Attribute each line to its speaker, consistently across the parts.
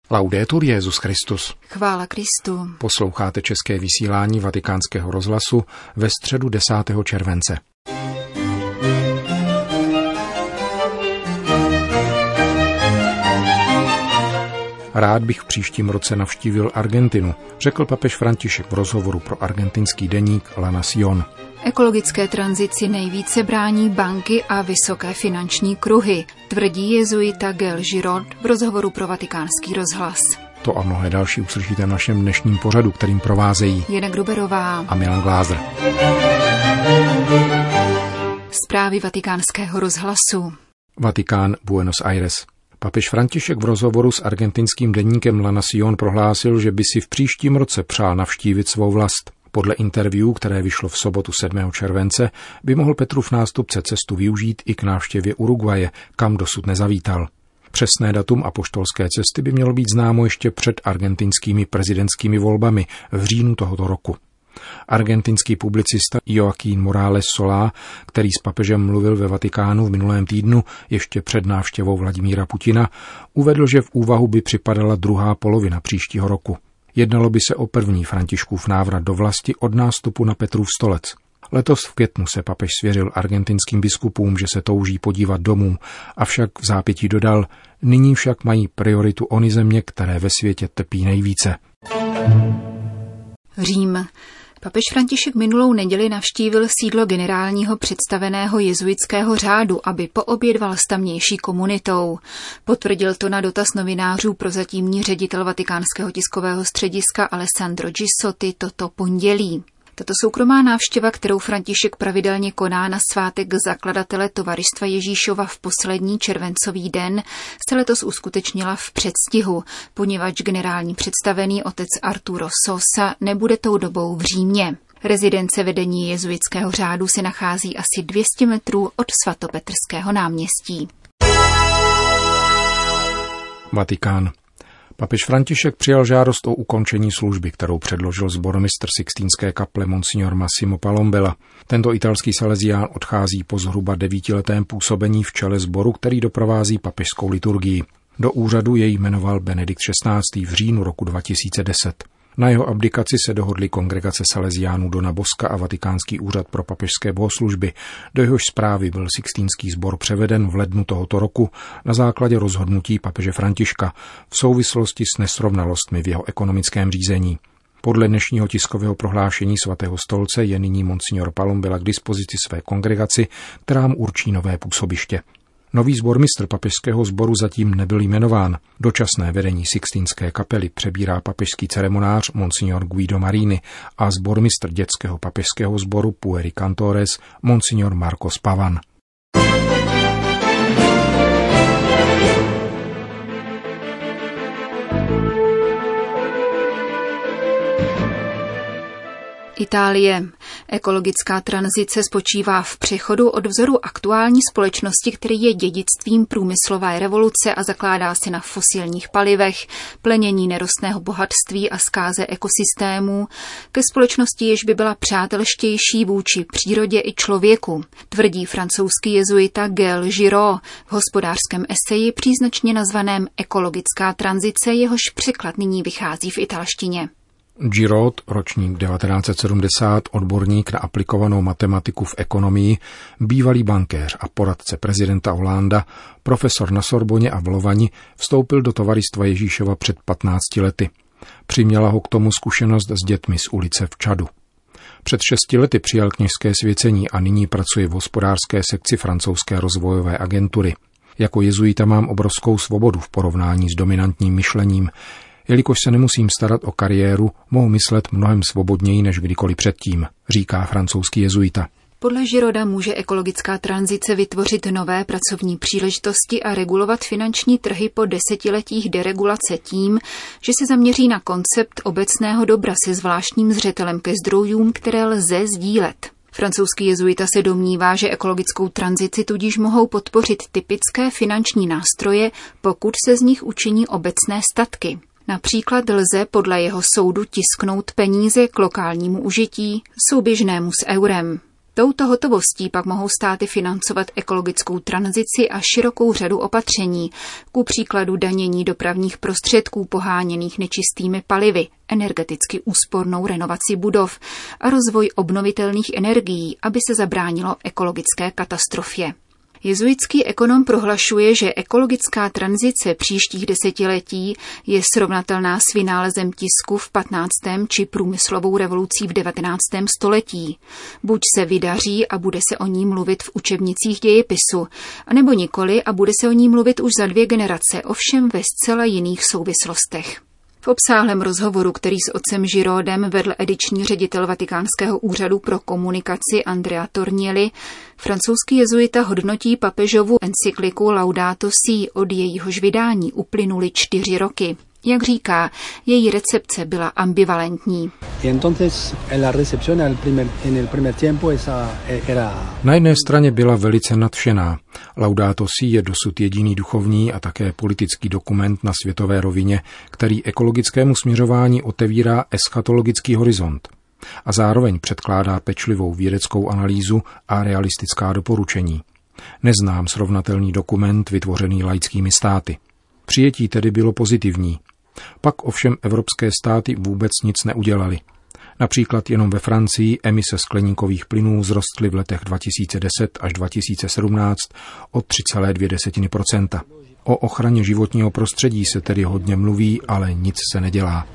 Speaker 1: Laudetur Jesus Christus.
Speaker 2: Chvála Kristu.
Speaker 1: Posloucháte české vysílání Vatikánského rozhlasu ve středu 10. července. Rád bych v příštím roce navštívil Argentinu, řekl papež František v rozhovoru pro argentinský deník La Nación.
Speaker 2: Ekologické tranzici nejvíce brání banky a vysoké finanční kruhy, tvrdí jezuita Gaël Giraud v rozhovoru pro Vatikánský rozhlas.
Speaker 1: To a mnohé další uslyšíte v našem dnešním pořadu, kterým provázejí
Speaker 2: Jena Gruberová
Speaker 1: a Milan Glázer.
Speaker 2: Zprávy Vatikánského rozhlasu.
Speaker 1: Vatikán, Buenos Aires. Papež František v rozhovoru s argentinským deníkem La Nación prohlásil, že by si v příštím roce přál navštívit svou vlast. Podle interview, které vyšlo v sobotu 7. července, by mohl Petrův nástupce cestu využít i k návštěvě Uruguaye, kam dosud nezavítal. Přesné datum apoštolské cesty by mělo být známo ještě před argentinskými prezidentskými volbami v říjnu tohoto roku. Argentinský publicista Joaquín Morales Solá, který s papežem mluvil ve Vatikánu v minulém týdnu ještě před návštěvou Vladimíra Putina, uvedl, že v úvahu by připadala druhá polovina příštího roku. Jednalo by se o první Františkův návrat do vlasti od nástupu na Petrův stolec. Letos v květnu se papež svěřil argentinským biskupům, že se touží podívat domů, avšak v zápětí dodal, nyní však mají prioritu ony země, které ve světě trpí nejvíce.
Speaker 2: Řím. Papež František minulou neděli navštívil sídlo generálního představeného jezuitského řádu, aby poobědval s tamnější komunitou. Potvrdil to na dotaz novinářů prozatímní ředitel Vatikánského tiskového střediska Alessandro Gissotti toto pondělí. Tato soukromá návštěva, kterou František pravidelně koná na svátek zakladatele Tovaristva Ježíšova v poslední červencový den, se letos uskutečnila v předstihu, poněvadž generální představený otec Arturo Sosa nebude tou dobou v Římě. Rezidence vedení jezuitského řádu se nachází asi 200 metrů od svatopetrského náměstí.
Speaker 1: Vatikán. Papež František přijal žádost o ukončení služby, kterou předložil sbormistr Sixtínské kaple Monsignor Massimo Palombella. Tento italský salezián odchází po zhruba 9letém působení v čele sboru, který doprovází papežskou liturgii. Do úřadu jej jmenoval Benedikt XVI. V říjnu roku 2010. Na jeho abdikaci se dohodly kongregace saleziánů Dona Bosca a Vatikánský úřad pro papežské bohoslužby, do jehož správy byl Sixtínský sbor převeden v lednu tohoto roku na základě rozhodnutí papeže Františka v souvislosti s nesrovnalostmi v jeho ekonomickém řízení. Podle dnešního tiskového prohlášení svatého stolce je nyní Monsignor Palombella k dispozici své kongregaci, která mu určí nové působiště. Nový sbormistr papežského sboru zatím nebyl jmenován. Dočasné vedení Sixtínské kapely přebírá papežský ceremonář Monsignor Guido Marini a sbormistr dětského papežského sboru Pueri Cantores Monsignor Marcos Pavan.
Speaker 2: Itálie. Ekologická tranzice spočívá v přechodu od vzoru aktuální společnosti, který je dědictvím průmyslové revoluce a zakládá se na fosilních palivech, plenění nerostného bohatství a zkáze ekosystémů, ke společnosti, jež by byla přátelštější vůči přírodě i člověku, tvrdí francouzský jezuita Gaël Giraud v hospodářském eseji příznačně nazvaném Ekologická tranzice, jehož překlad nyní vychází v italštině.
Speaker 1: Giraud, ročník 1970, odborník na aplikovanou matematiku v ekonomii, bývalý bankéř a poradce prezidenta Hollanda, profesor na Sorboně a v Lovani, vstoupil do Tovaristva Ježíšova před 15 lety. Přiměla ho k tomu zkušenost s dětmi z ulice v Čadu. Před 6 lety přijal kněžské svěcení a nyní pracuje v hospodářské sekci francouzské rozvojové agentury. Jako jezuita mám obrovskou svobodu v porovnání s dominantním myšlením. Jelikož se nemusím starat o kariéru, mohu myslet mnohem svobodněji než kdykoliv předtím, říká francouzský jezuita.
Speaker 2: Podle Giroda může ekologická tranzice vytvořit nové pracovní příležitosti a regulovat finanční trhy po desetiletích deregulace tím, že se zaměří na koncept obecného dobra se zvláštním zřetelem ke zdrojům, které lze sdílet. Francouzský jezuita se domnívá, že ekologickou tranzici tudíž mohou podpořit typické finanční nástroje, pokud se z nich učiní obecné statky. Například lze podle jeho soudu tisknout peníze k lokálnímu užití, souběžnému s eurem. Touto hotovostí pak mohou státy financovat ekologickou tranzici a širokou řadu opatření, ku příkladu danění dopravních prostředků poháněných nečistými palivy, energeticky úspornou renovaci budov a rozvoj obnovitelných energií, aby se zabránilo ekologické katastrofě. Jezuitský ekonom prohlašuje, že ekologická tranzice příštích desetiletí je srovnatelná s vynálezem tisku v 15. či průmyslovou revolucí v 19. století. Buď se vydaří a bude se o ní mluvit v učebnicích dějepisu, anebo nikoli a bude se o ní mluvit už za 2 generace, ovšem ve zcela jiných souvislostech. V obsáhlém rozhovoru, který s otcem Girodem vedl ediční ředitel Vatikánského úřadu pro komunikaci Andrea Tornielli, francouzský jezuita hodnotí papežovu encykliku Laudato Si, od jejíhož vydání uplynuly 4 roky. Jak říká, její recepce byla ambivalentní.
Speaker 1: Na jedné straně byla velice nadšená. Laudato Si je dosud jediný duchovní a také politický dokument na světové rovině, který ekologickému směřování otevírá eschatologický horizont a zároveň předkládá pečlivou vědeckou analýzu a realistická doporučení. Neznám srovnatelný dokument vytvořený laickými státy. Přijetí tedy bylo pozitivní. Pak ovšem evropské státy vůbec nic neudělaly. Například jenom ve Francii emise skleníkových plynů vzrostly v letech 2010 až 2017 o 3,2%. O ochraně životního prostředí se tedy hodně mluví, ale nic se nedělá.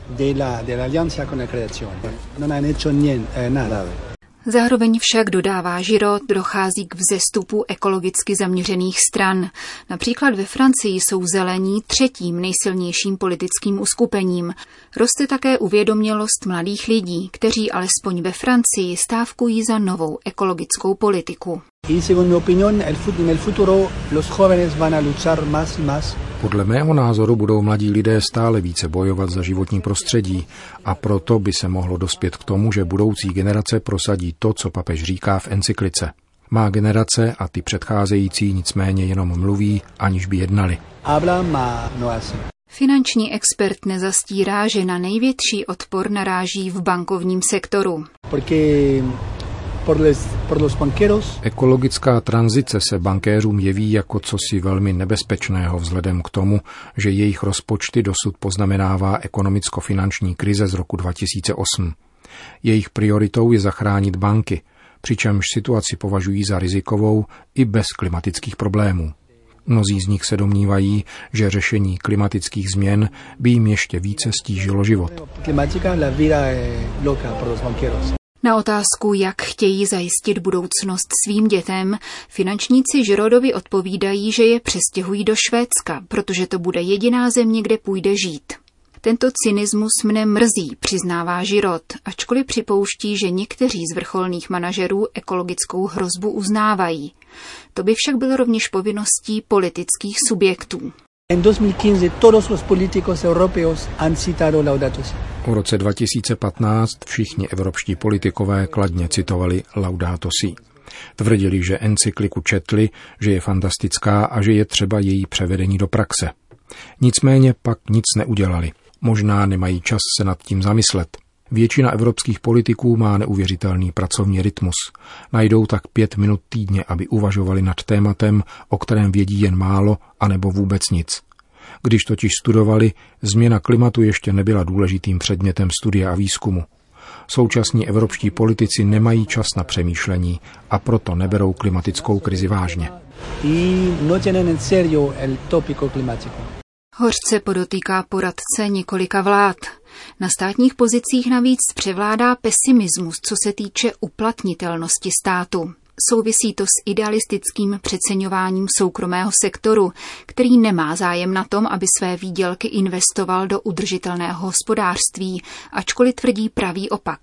Speaker 2: Zároveň však, dodává Girod, dochází k vzestupu ekologicky zaměřených stran. Například ve Francii jsou zelení 3. nejsilnějším politickým uskupením. Roste také uvědomělost mladých lidí, kteří alespoň ve Francii stávkují za novou ekologickou politiku.
Speaker 1: Podle mého názoru budou mladí lidé stále více bojovat za životní prostředí a proto by se mohlo dospět k tomu, že budoucí generace prosadí to, co papež říká v encyklice. Má generace a ty předcházející nicméně jenom mluví, aniž by jednali.
Speaker 2: Finanční expert nezastírá, že na největší odpor naráží v bankovním sektoru.
Speaker 1: Ekologická tranzice se bankéřům jeví jako cosi velmi nebezpečného vzhledem k tomu, že jejich rozpočty dosud poznamenává ekonomicko-finanční krize z roku 2008. Jejich prioritou je zachránit banky, přičemž situaci považují za rizikovou i bez klimatických problémů. Mnozí z nich se domnívají, že řešení klimatických změn by jim ještě více stížilo život.
Speaker 2: Na otázku, jak chtějí zajistit budoucnost svým dětem, finančníci Girodovi odpovídají, že je přestěhují do Švédska, protože to bude jediná země, kde půjde žít. Tento cynismus mne mrzí, přiznává Girod, ačkoliv připouští, že někteří z vrcholných manažerů ekologickou hrozbu uznávají. To by však bylo rovněž povinností politických subjektů.
Speaker 1: V roce 2015 všichni evropští politikové kladně citovali Laudato Si. Tvrdili, že encykliku četli, že je fantastická a že je třeba její převedení do praxe. Nicméně pak nic neudělali. Možná nemají čas se nad tím zamyslet. Většina evropských politiků má neuvěřitelný pracovní rytmus. Najdou tak 5 minut týdně, aby uvažovali nad tématem, o kterém vědí jen málo, anebo vůbec nic. Když totiž studovali, změna klimatu ještě nebyla důležitým předmětem studia a výzkumu. Současní evropští politici nemají čas na přemýšlení a proto neberou klimatickou krizi vážně.
Speaker 2: Hořce podotýká poradce několika vlád. Na státních pozicích navíc převládá pesimismus, co se týče uplatnitelnosti státu. Souvisí to s idealistickým přeceňováním soukromého sektoru, který nemá zájem na tom, aby své výdělky investoval do udržitelného hospodářství, ačkoliv tvrdí pravý opak.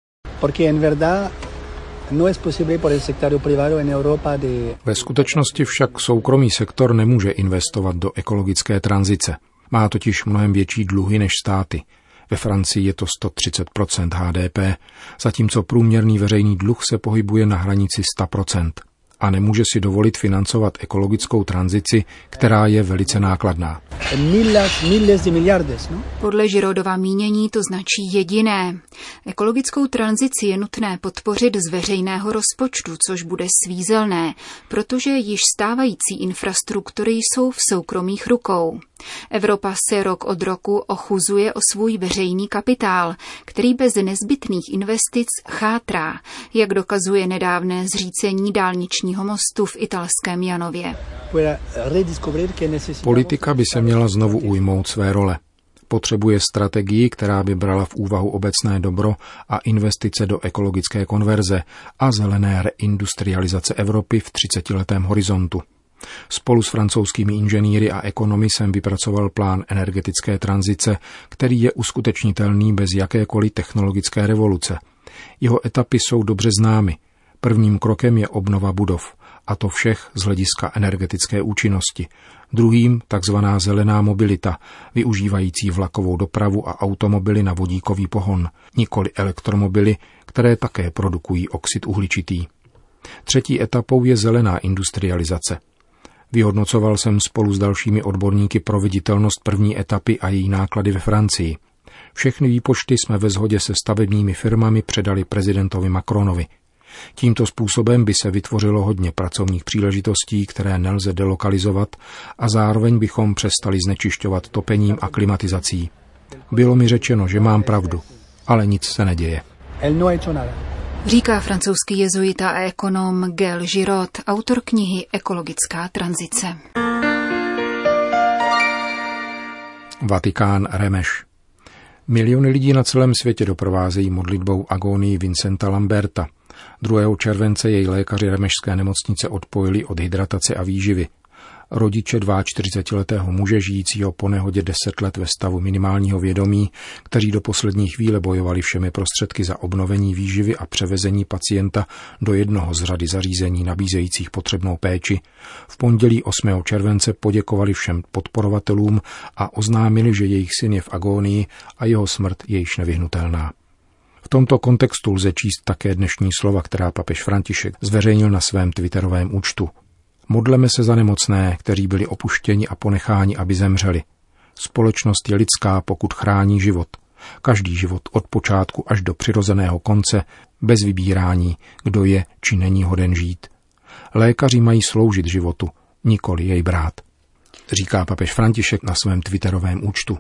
Speaker 1: Ve skutečnosti však soukromý sektor nemůže investovat do ekologické tranzice. Má totiž mnohem větší dluhy než státy. Ve Francii je to 130% HDP, zatímco průměrný veřejný dluh se pohybuje na hranici 100%. a nemůže si dovolit financovat ekologickou tranzici, která je velice nákladná.
Speaker 2: Podle Girodova mínění to značí jediné. Ekologickou tranzici je nutné podpořit z veřejného rozpočtu, což bude svízelné, protože již stávající infrastruktury jsou v soukromých rukou. Evropa se rok od roku ochuzuje o svůj veřejný kapitál, který bez nezbytných investic chátrá, jak dokazuje nedávné zřícení dálničního mostu v italském Janově.
Speaker 1: Politika by se měla znovu ujmout své role. Potřebuje strategii, která by brala v úvahu obecné dobro a investice do ekologické konverze a zelené reindustrializace Evropy v 30letém horizontu. Spolu s francouzskými inženýry a ekonomy jsem vypracoval plán energetické tranzice, který je uskutečnitelný bez jakékoliv technologické revoluce. Jeho etapy jsou dobře známy. Prvním krokem je obnova budov, a to všech z hlediska energetické účinnosti. Druhým takzvaná zelená mobilita, využívající vlakovou dopravu a automobily na vodíkový pohon, nikoli elektromobily, které také produkují oxid uhličitý. Třetí etapou je zelená industrializace. Vyhodnocoval jsem spolu s dalšími odborníky proveditelnost první etapy a její náklady ve Francii. Všechny výpočty jsme ve shodě se stavebními firmami předali prezidentovi Macronovi. Tímto způsobem by se vytvořilo hodně pracovních příležitostí, které nelze delokalizovat, a zároveň bychom přestali znečišťovat topením a klimatizací. Bylo mi řečeno, že mám pravdu, ale nic se neděje.
Speaker 2: Říká francouzský jezuita a ekonom Gaël Giraud, autor knihy Ekologická tranzice.
Speaker 1: Vatikán Remeš. Miliony lidí na celém světě doprovázejí modlitbou agónii Vincenta Lamberta. 2. července jej lékaři remešské nemocnice odpojili od hydratace a výživy. Rodiče 42letého muže žijícího po nehodě 10 let ve stavu minimálního vědomí, kteří do poslední chvíle bojovali všemi prostředky za obnovení výživy a převezení pacienta do jednoho z řady zařízení nabízejících potřebnou péči, v pondělí 8. července poděkovali všem podporovatelům a oznámili, že jejich syn je v agónii a jeho smrt je již nevyhnutelná. V tomto kontextu lze číst také dnešní slova, která papež František zveřejnil na svém twitterovém účtu. Modleme se za nemocné, kteří byli opuštěni a ponecháni, aby zemřeli. Společnost je lidská, pokud chrání život. Každý život od počátku až do přirozeného konce, bez vybírání, kdo je či není hoden žít. Lékaři mají sloužit životu, nikoli jej brát, říká papež František na svém twitterovém účtu.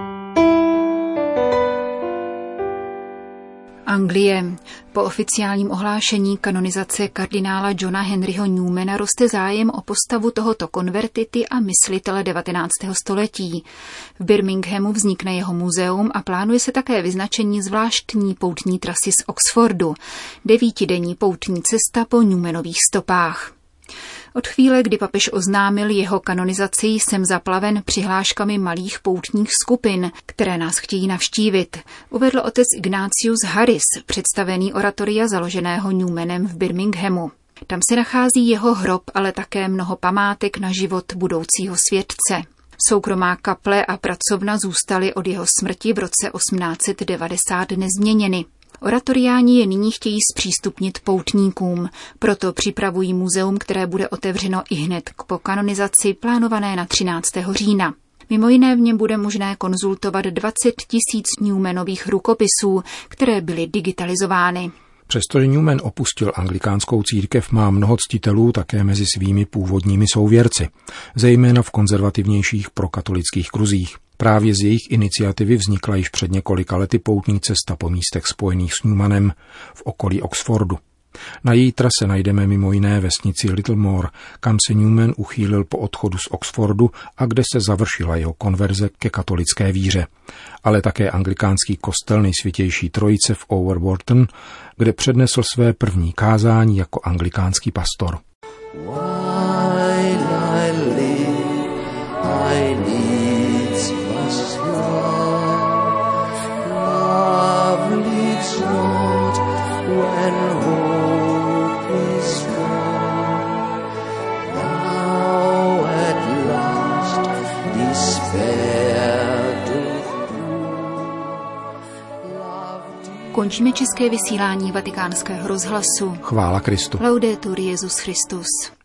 Speaker 2: Anglie. Po oficiálním ohlášení kanonizace kardinála Johna Henryho Newmana roste zájem o postavu tohoto konvertity a myslitele 19. století. V Birminghamu vznikne jeho muzeum a plánuje se také vyznačení zvláštní poutní trasy z Oxfordu, 9denní poutní cesta po Newmanových stopách. Od chvíle, kdy papež oznámil jeho kanonizaci, jsem zaplaven přihláškami malých poutních skupin, které nás chtějí navštívit, uvedl otec Ignatius Harris, představený oratoria založeného Newmanem v Birminghamu. Tam se nachází jeho hrob, ale také mnoho památek na život budoucího světce. Soukromá kaple a pracovna zůstaly od jeho smrti v roce 1890 nezměněny. Oratoriáni je nyní chtějí zpřístupnit poutníkům, proto připravují muzeum, které bude otevřeno ihned po kanonizaci, plánované na 13. října. Mimo jiné v něm bude možné konzultovat 20 000 Newmanových rukopisů, které byly digitalizovány.
Speaker 1: Přestože Newman opustil anglikánskou církev, má mnoho ctitelů také mezi svými původními souvěrci, zejména v konzervativnějších prokatolických kruzích. Právě z jejich iniciativy vznikla již před několika lety poutní cesta po místech spojených s Newmanem v okolí Oxfordu. Na její trase najdeme mimo jiné vesnici Littlemore, kam se Newman uchýlil po odchodu z Oxfordu a kde se završila jeho konverze ke katolické víře, ale také anglikánský kostel Nejsvětější trojice v Overworton, kde přednesl své první kázání jako anglikánský pastor.
Speaker 2: končíme české vysílání Vatikánského rozhlasu.
Speaker 1: Chvála Kristu.
Speaker 2: Laudetur Jesus Christus.